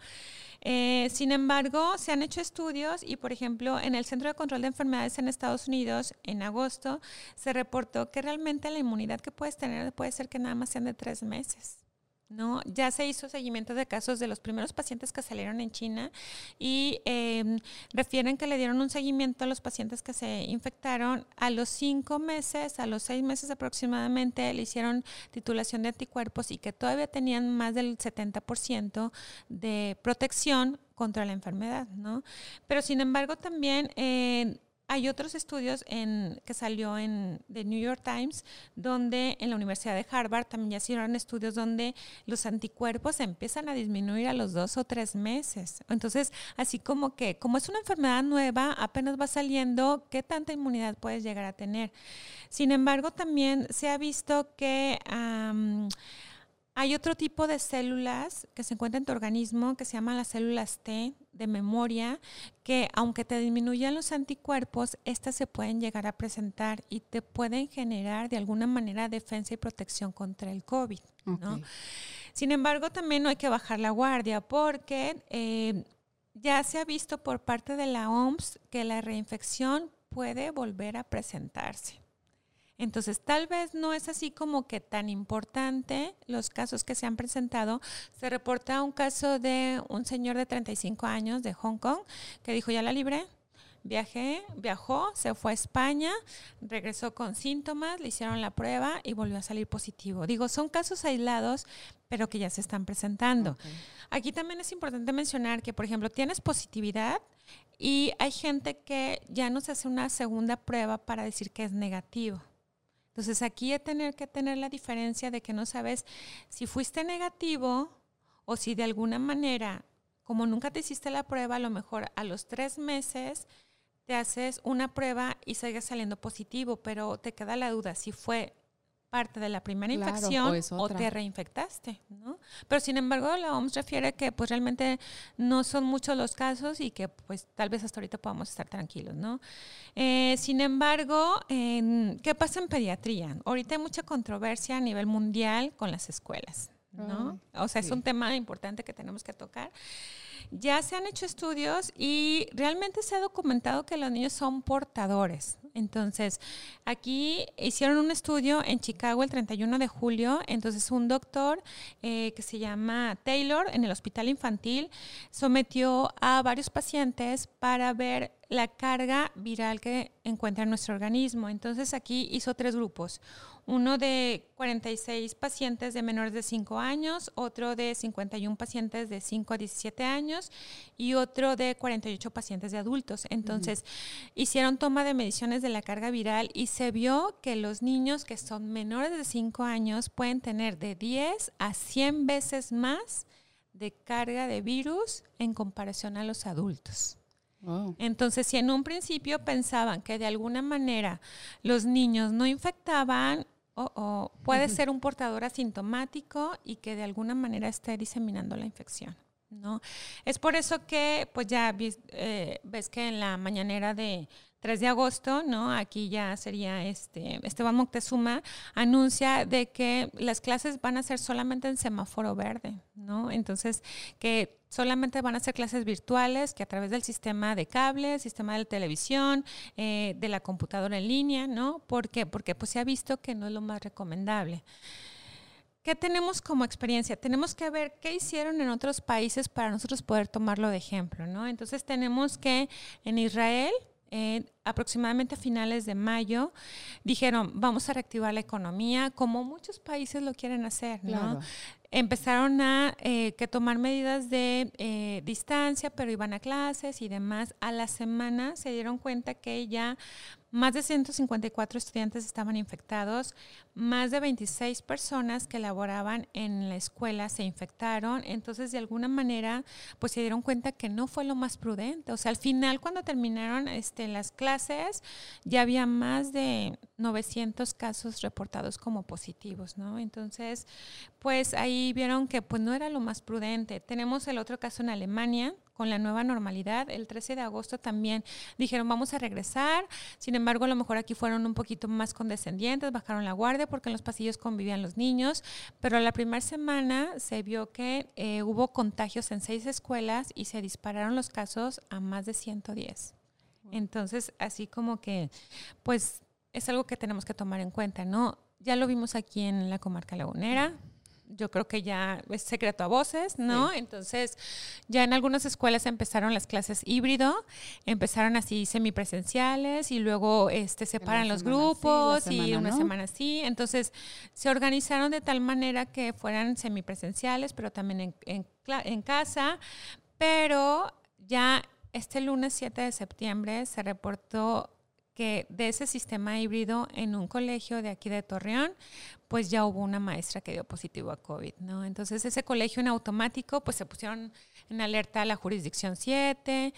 Sin embargo, se han hecho estudios y, por ejemplo, en el Centro de Control de Enfermedades en Estados Unidos, en agosto, se reportó que realmente la inmunidad que puedes tener puede ser que nada más sean de 3 meses. ¿No? Ya se hizo seguimiento de casos de los primeros pacientes que salieron en China y refieren que le dieron un seguimiento a los pacientes que se infectaron a los 5 meses, a los 6 meses aproximadamente, le hicieron titulación de anticuerpos y que todavía tenían más del 70% de protección contra la enfermedad, ¿no? Pero sin embargo también hay otros estudios que salió en The New York Times, donde en la Universidad de Harvard también ya hicieron estudios donde los anticuerpos empiezan a disminuir a los 2 o 3 meses. Entonces, así como que, como es una enfermedad nueva, apenas va saliendo, ¿qué tanta inmunidad puedes llegar a tener? Sin embargo, también se ha visto que hay otro tipo de células que se encuentran en tu organismo que se llaman las células T de memoria, que aunque te disminuyan los anticuerpos, estas se pueden llegar a presentar y te pueden generar de alguna manera defensa y protección contra el COVID, ¿no? Okay. Sin embargo, también no hay que bajar la guardia porque ya se ha visto por parte de la OMS que la reinfección puede volver a presentarse. Entonces, tal vez no es así como que tan importante los casos que se han presentado. Se reporta un caso de un señor de 35 años de Hong Kong que dijo, ya la libré, viajó, se fue a España, regresó con síntomas, le hicieron la prueba y volvió a salir positivo. Digo, son casos aislados, pero que ya se están presentando. Okay. Aquí también es importante mencionar que, por ejemplo, tienes positividad y hay gente que ya no se hace una segunda prueba para decir que es negativo. Entonces, aquí hay que tener la diferencia de que no sabes si fuiste negativo o si de alguna manera, como nunca te hiciste la prueba, a lo mejor a los 3 meses te haces una prueba y sigues saliendo positivo, pero te queda la duda si fue parte de la primera infección o te reinfectaste, ¿no? Pero sin embargo, la OMS refiere que pues realmente no son muchos los casos y que pues tal vez hasta ahorita podamos estar tranquilos, ¿no? Sin embargo, ¿qué pasa en pediatría? Ahorita hay mucha controversia a nivel mundial con las escuelas, ¿no? O sea, es un tema importante que tenemos que tocar. ya se han hecho estudios y realmente se ha documentado que los niños son portadores. Entonces, aquí hicieron un estudio en Chicago el 31 de julio. Entonces, un doctor que se llama Taylor en el hospital infantil sometió a varios pacientes para ver la carga viral que encuentra en nuestro organismo. Entonces, aquí hizo 3 grupos. Uno de 46 pacientes de menores de 5 años, otro de 51 pacientes de 5 a 17 años y otro de 48 pacientes de adultos. Entonces, hicieron toma de mediciones de la carga viral y se vio que los niños que son menores de 5 años pueden tener de 10 a 100 veces más de carga de virus en comparación a los adultos. Wow. Entonces, si en un principio pensaban que de alguna manera los niños no infectaban, puede ser un portador asintomático y que de alguna manera esté diseminando la infección, ¿no? Es por eso que, pues ya ves que en la mañanera de 3 de agosto, ¿no? Aquí ya sería Esteban Moctezuma anuncia de que las clases van a ser solamente en semáforo verde, ¿no? Entonces, que solamente van a ser clases virtuales, que a través del sistema de cable, sistema de televisión, de la computadora en línea, ¿no? ¿Por qué? Porque pues se ha visto que no es lo más recomendable. ¿Qué tenemos como experiencia? Tenemos que ver qué hicieron en otros países para nosotros poder tomarlo de ejemplo, ¿no? Entonces tenemos que en Israel, aproximadamente a finales de mayo, dijeron, vamos a reactivar la economía, como muchos países lo quieren hacer, ¿no? Claro. Empezaron a que tomar medidas de distancia, pero iban a clases y demás. A la semana se dieron cuenta que ya más de 154 estudiantes estaban infectados, más de 26 personas que laboraban en la escuela se infectaron. Entonces, de alguna manera, pues se dieron cuenta que no fue lo más prudente. O sea, al final, cuando terminaron las clases, ya había más de 900 casos reportados como positivos, ¿no? Entonces, pues ahí vieron que pues no era lo más prudente. Tenemos el otro caso en Alemania, con la nueva normalidad. El 13 de agosto también dijeron vamos a regresar. Sin embargo, a lo mejor aquí fueron un poquito más condescendientes, bajaron la guardia porque en los pasillos convivían los niños. Pero la primera semana se vio que hubo contagios en 6 escuelas y se dispararon los casos a más de 110. Entonces, así como que, pues, es algo que tenemos que tomar en cuenta, ¿no? Ya lo vimos aquí en la comarca lagunera. Yo creo que ya es secreto a voces, ¿no? Sí. Entonces, ya en algunas escuelas empezaron las clases híbrido, empezaron así semipresenciales y luego separan los grupos y una semana sí. Entonces, se organizaron de tal manera que fueran semipresenciales, pero también en casa. Pero ya este lunes 7 de septiembre se reportó que de ese sistema híbrido en un colegio de aquí de Torreón, pues ya hubo una maestra que dio positivo a COVID, ¿no? Entonces ese colegio en automático, pues se pusieron en alerta a la jurisdicción 7,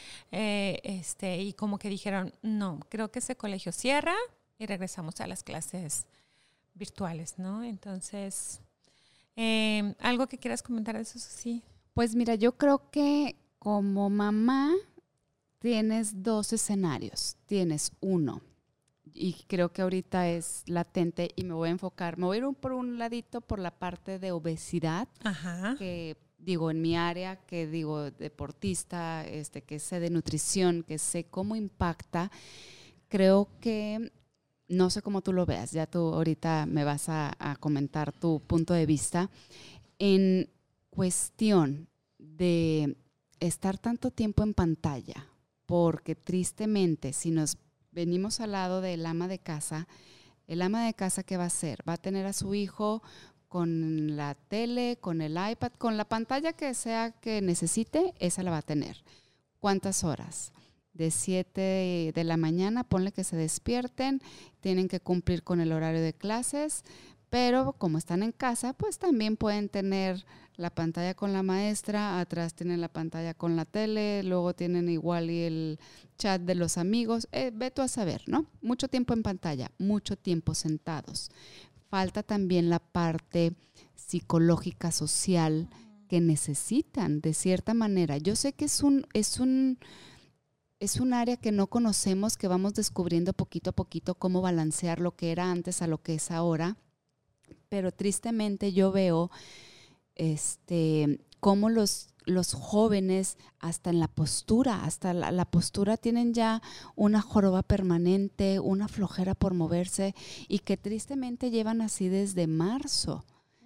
y como que dijeron, no, creo que ese colegio cierra y regresamos a las clases virtuales, ¿no? Entonces, ¿algo que quieras comentar de eso, sí? Pues mira, yo creo que como mamá tienes 2 escenarios. Tienes uno, y creo que ahorita es latente, y me voy a enfocar, me voy a ir por un ladito por la parte de obesidad. Ajá. Que digo, en mi área, que digo, deportista, que sé de nutrición, que sé cómo impacta, creo que, no sé cómo tú lo veas, ya tú ahorita me vas a comentar tu punto de vista, en cuestión de estar tanto tiempo en pantalla, porque tristemente, si nos venimos al lado del ama de casa, el ama de casa, ¿qué va a hacer? Va a tener a su hijo con la tele, con el iPad, con la pantalla que sea que necesite, esa la va a tener. ¿Cuántas horas? De 7 de la mañana, ponle que se despierten, tienen que cumplir con el horario de clases, pero como están en casa, pues también pueden tener la pantalla con la maestra, atrás tienen la pantalla con la tele, luego tienen igual y el chat de los amigos, ve tú a saber, ¿no? Mucho tiempo en pantalla, mucho tiempo sentados. Falta también la parte psicológica, social, que necesitan de cierta manera. Yo sé que es un área que no conocemos, que vamos descubriendo poquito a poquito cómo balancear lo que era antes a lo que es ahora, pero tristemente yo veo cómo los los jóvenes, hasta en la postura, hasta la postura tienen ya una joroba permanente, una flojera por moverse y que tristemente llevan así desde marzo.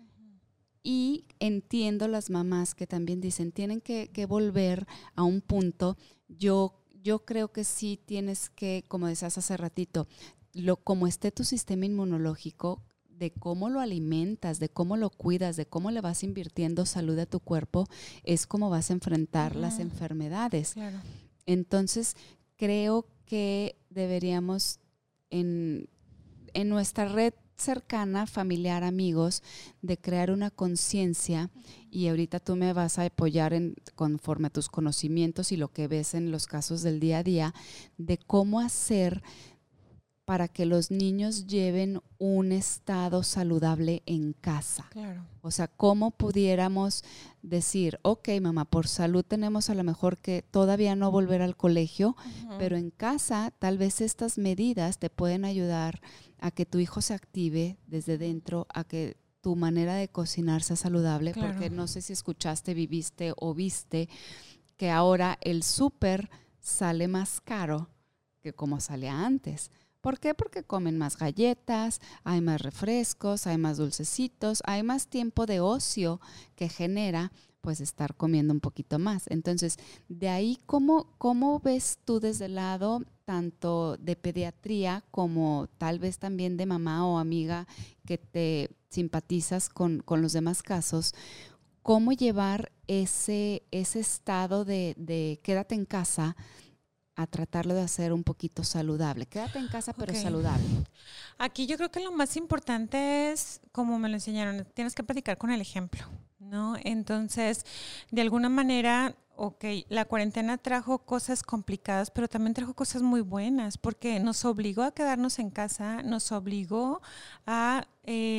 Y entiendo las mamás que también dicen, tienen que volver a un punto. Yo creo que sí tienes que, como decías hace ratito, como esté tu sistema inmunológico, de cómo lo alimentas, de cómo lo cuidas, de cómo le vas invirtiendo salud a tu cuerpo, es como vas a enfrentar las enfermedades. Claro. Entonces, creo que deberíamos en nuestra red cercana, familiar, amigos, de crear una conciencia, y ahorita tú me vas a apoyar conforme a tus conocimientos y lo que ves en los casos del día a día, de cómo hacer para que los niños lleven un estado saludable en casa. Claro. O sea, cómo pudiéramos decir, ok, mamá, por salud tenemos a lo mejor que todavía no volver al colegio, pero en casa tal vez estas medidas te pueden ayudar a que tu hijo se active desde dentro, a que tu manera de cocinar sea saludable, claro. Porque no sé si escuchaste, viviste o viste que ahora el súper sale más caro que como salía antes. ¿Por qué? Porque comen más galletas, hay más refrescos, hay más dulcecitos, hay más tiempo de ocio que genera pues estar comiendo un poquito más. Entonces, de ahí, ¿cómo ves tú desde el lado tanto de pediatría como tal vez también de mamá o amiga que te simpatizas con los demás casos? ¿Cómo llevar ese estado de quédate en casa a tratarlo de hacer un poquito saludable? Quédate en casa, pero saludable. Aquí yo creo que lo más importante es, como me lo enseñaron, tienes que predicar con el ejemplo, ¿no? Entonces, de alguna manera, la cuarentena trajo cosas complicadas, pero también trajo cosas muy buenas, porque nos obligó a quedarnos en casa, nos obligó a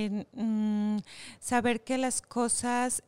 saber que las cosas,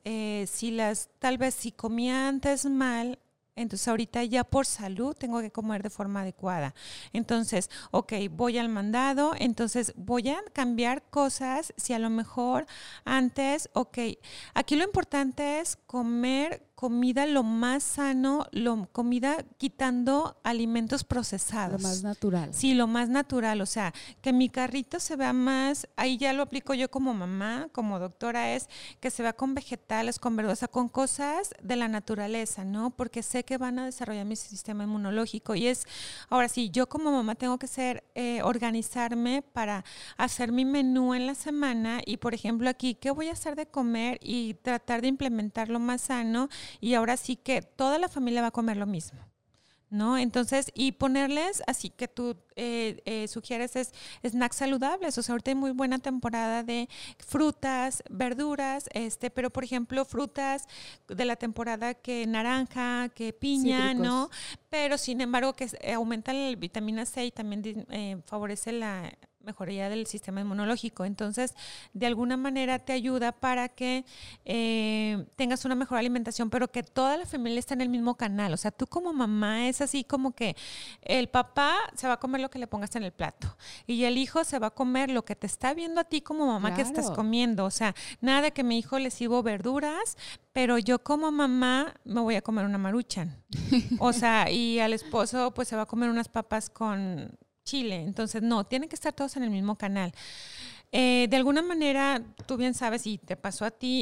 tal vez si comía antes mal, entonces ahorita ya por salud tengo que comer de forma adecuada. Entonces, voy al mandado, entonces voy a cambiar cosas. Si a lo mejor antes, aquí lo importante es comer comida lo más sano, comida quitando alimentos procesados. Lo más natural. Sí, lo más natural, o sea, que mi carrito se vea más, ahí ya lo aplico yo como mamá, como doctora, es que se vea con vegetales, con verduras, o sea, con cosas de la naturaleza, ¿no? Porque sé que van a desarrollar mi sistema inmunológico y ahora sí, yo como mamá tengo que organizarme para hacer mi menú en la semana y, por ejemplo, aquí, ¿qué voy a hacer de comer? Y tratar de implementar lo más sano. Y ahora sí que toda la familia va a comer lo mismo, ¿no? Entonces, y ponerles, así que tú sugieres, snacks saludables. O sea, ahorita hay muy buena temporada de frutas, verduras, pero por ejemplo, frutas de la temporada que naranja, que piña, cítricos, ¿no? Pero sin embargo, que aumenta la vitamina C y también favorece la mejoría del sistema inmunológico. Entonces, de alguna manera te ayuda para que tengas una mejor alimentación, pero que toda la familia esté en el mismo canal. O sea, tú como mamá es así como que el papá se va a comer lo que le pongas en el plato y el hijo se va a comer lo que te está viendo a ti como mamá, claro, que estás comiendo. O sea, nada de que mi hijo le sirvo verduras, pero yo como mamá me voy a comer una Maruchan. O sea, y al esposo pues se va a comer unas papas con chile. Entonces, no, tienen que estar todos en el mismo canal. De alguna manera, tú bien sabes, y te pasó a ti,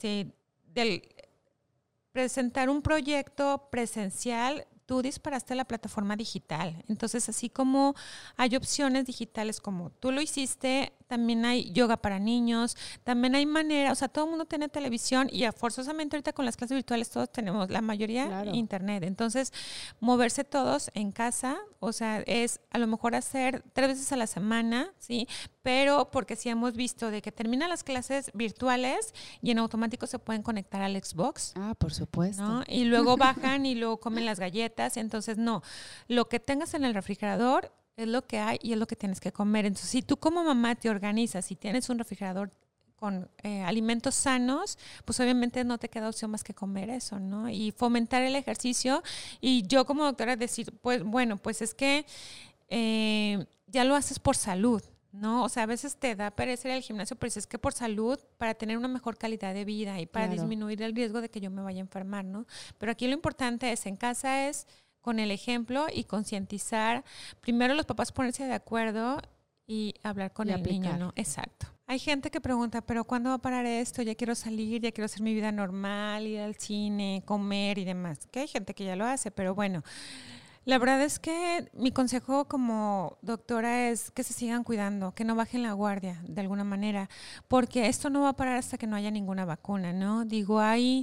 del presentar un proyecto presencial, tú disparaste la plataforma digital. Entonces, así como hay opciones digitales como tú lo hiciste, también hay yoga para niños, también hay manera, o sea, todo el mundo tiene televisión y forzosamente ahorita con las clases virtuales todos tenemos, la mayoría, claro, internet. Entonces, moverse todos en casa, o sea, es a lo mejor hacer 3 veces a la semana, ¿sí? Pero porque sí hemos visto de que terminan las clases virtuales y en automático se pueden conectar al Xbox. Ah, por supuesto. ¿No? Y luego bajan y luego comen las galletas. Entonces, no, lo que tengas en el refrigerador es lo que hay y es lo que tienes que comer. Entonces, si tú como mamá te organizas y tienes un refrigerador con alimentos sanos, pues obviamente no te queda opción más que comer eso, ¿no? Y fomentar el ejercicio. Y yo como doctora decir, pues bueno, pues es que ya lo haces por salud, ¿no? O sea, a veces te da pereza ir al gimnasio, pero es que por salud, para tener una mejor calidad de vida y para disminuir el riesgo de que yo me vaya a enfermar, ¿no? Pero aquí lo importante es, en casa es con el ejemplo y concientizar. Primero los papás ponerse de acuerdo y hablar con el niño, ¿no? Exacto. Hay gente que pregunta, pero ¿cuándo va a parar esto? Ya quiero salir, ya quiero hacer mi vida normal, ir al cine, comer y demás. Que hay gente que ya lo hace, pero bueno. La verdad es que mi consejo como doctora es que se sigan cuidando, que no bajen la guardia de alguna manera, porque esto no va a parar hasta que no haya ninguna vacuna, ¿no? Digo, hay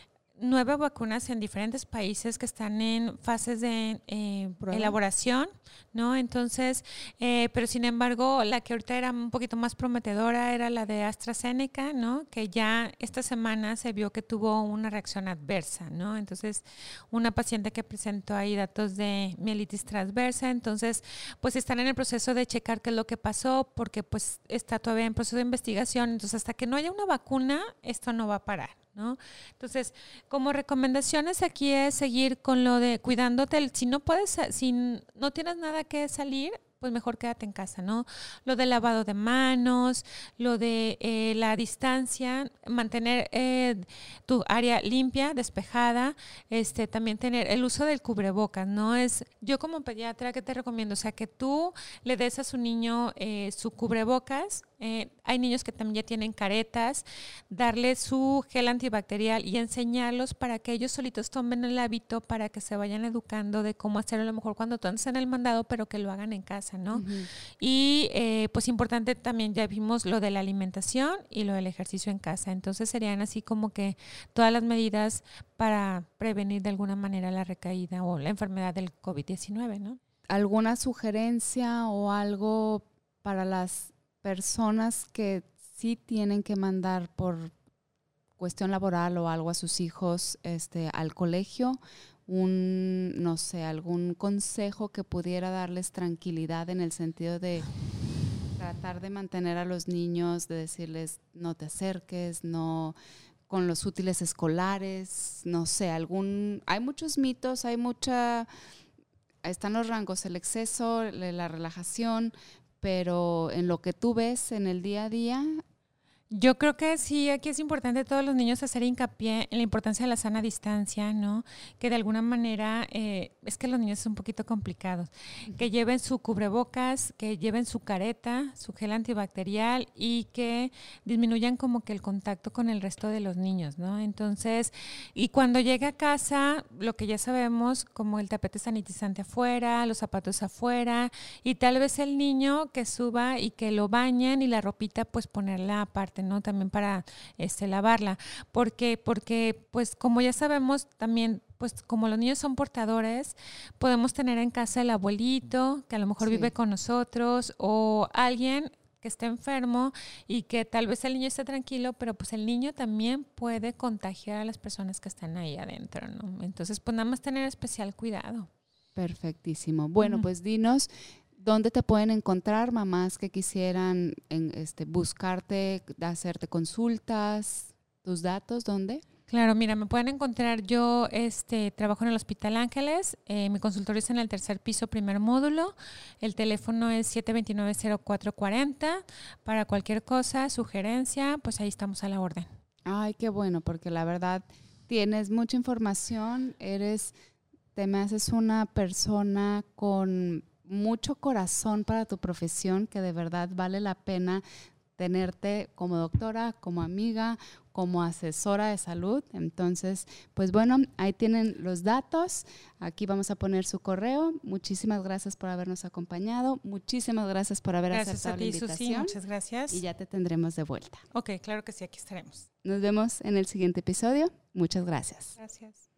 9 vacunas en diferentes países que están en fases de elaboración, ¿no? Entonces, pero sin embargo, la que ahorita era un poquito más prometedora era la de AstraZeneca, ¿no? Que ya esta semana se vio que tuvo una reacción adversa, ¿no? Entonces, una paciente que presentó ahí datos de mielitis transversa, entonces, pues están en el proceso de checar qué es lo que pasó, porque pues está todavía en proceso de investigación, entonces hasta que no haya una vacuna, esto no va a parar, ¿no? Entonces, como recomendaciones aquí es seguir con lo de cuidándote. Si no puedes, si no tienes nada que salir, pues mejor quédate en casa, ¿no? Lo del lavado de manos, lo de la distancia, mantener tu área limpia, despejada, también tener el uso del cubrebocas, ¿no? Yo como pediatra, ¿qué te recomiendo? O sea, que tú le des a su niño su cubrebocas. Hay niños que también ya tienen caretas, darle su gel antibacterial y enseñarlos para que ellos solitos tomen el hábito para que se vayan educando de cómo hacerlo a lo mejor cuando tú andas en el mandado, pero que lo hagan en casa, ¿no? Uh-huh. Y pues importante también, ya vimos lo de la alimentación y lo del ejercicio en casa, entonces serían así como que todas las medidas para prevenir de alguna manera la recaída o la enfermedad del COVID-19, ¿no? ¿Alguna sugerencia o algo para las personas que sí tienen que mandar por cuestión laboral o algo a sus hijos al colegio? No sé, algún consejo que pudiera darles tranquilidad en el sentido de tratar de mantener a los niños, de decirles no te acerques, no con los útiles escolares, no sé, hay muchos mitos, están los rangos, el exceso, la relajación, pero en lo que tú ves en el día a día. Yo creo que sí, aquí es importante todos los niños hacer hincapié en la importancia de la sana distancia, ¿no? Que de alguna manera, es que los niños son un poquito complicados, que lleven su cubrebocas, que lleven su careta, su gel antibacterial y que disminuyan como que el contacto con el resto de los niños, ¿no? Entonces, y cuando llegue a casa, lo que ya sabemos, como el tapete sanitizante afuera, los zapatos afuera y tal vez el niño que suba y que lo bañen y la ropita pues ponerla aparte, ¿no? También para lavarla, porque pues como ya sabemos también, pues como los niños son portadores, podemos tener en casa el abuelito que a lo mejor vive con nosotros o alguien que esté enfermo y que tal vez el niño esté tranquilo, pero pues el niño también puede contagiar a las personas que están ahí adentro, ¿no? Entonces pues nada más tener especial cuidado. Perfectísimo. Bueno, pues dinos ¿dónde te pueden encontrar mamás que quisieran buscarte, hacerte consultas, tus datos? ¿Dónde? Claro, mira, me pueden encontrar, yo trabajo en el Hospital Ángeles, mi consultorio es en el 3er piso, 1er módulo, el teléfono es 729-0440, para cualquier cosa, sugerencia, pues ahí estamos a la orden. Ay, qué bueno, porque la verdad tienes mucha información, te me haces una persona con mucho corazón para tu profesión, que de verdad vale la pena tenerte como doctora, como amiga, como asesora de salud. Entonces, pues bueno, ahí tienen los datos. Aquí vamos a poner su correo. Muchísimas gracias por habernos acompañado. Muchísimas gracias por haber aceptado la invitación. Susi, muchas gracias. Y ya te tendremos de vuelta. Ok, claro que sí, aquí estaremos. Nos vemos en el siguiente episodio. Muchas gracias. Gracias.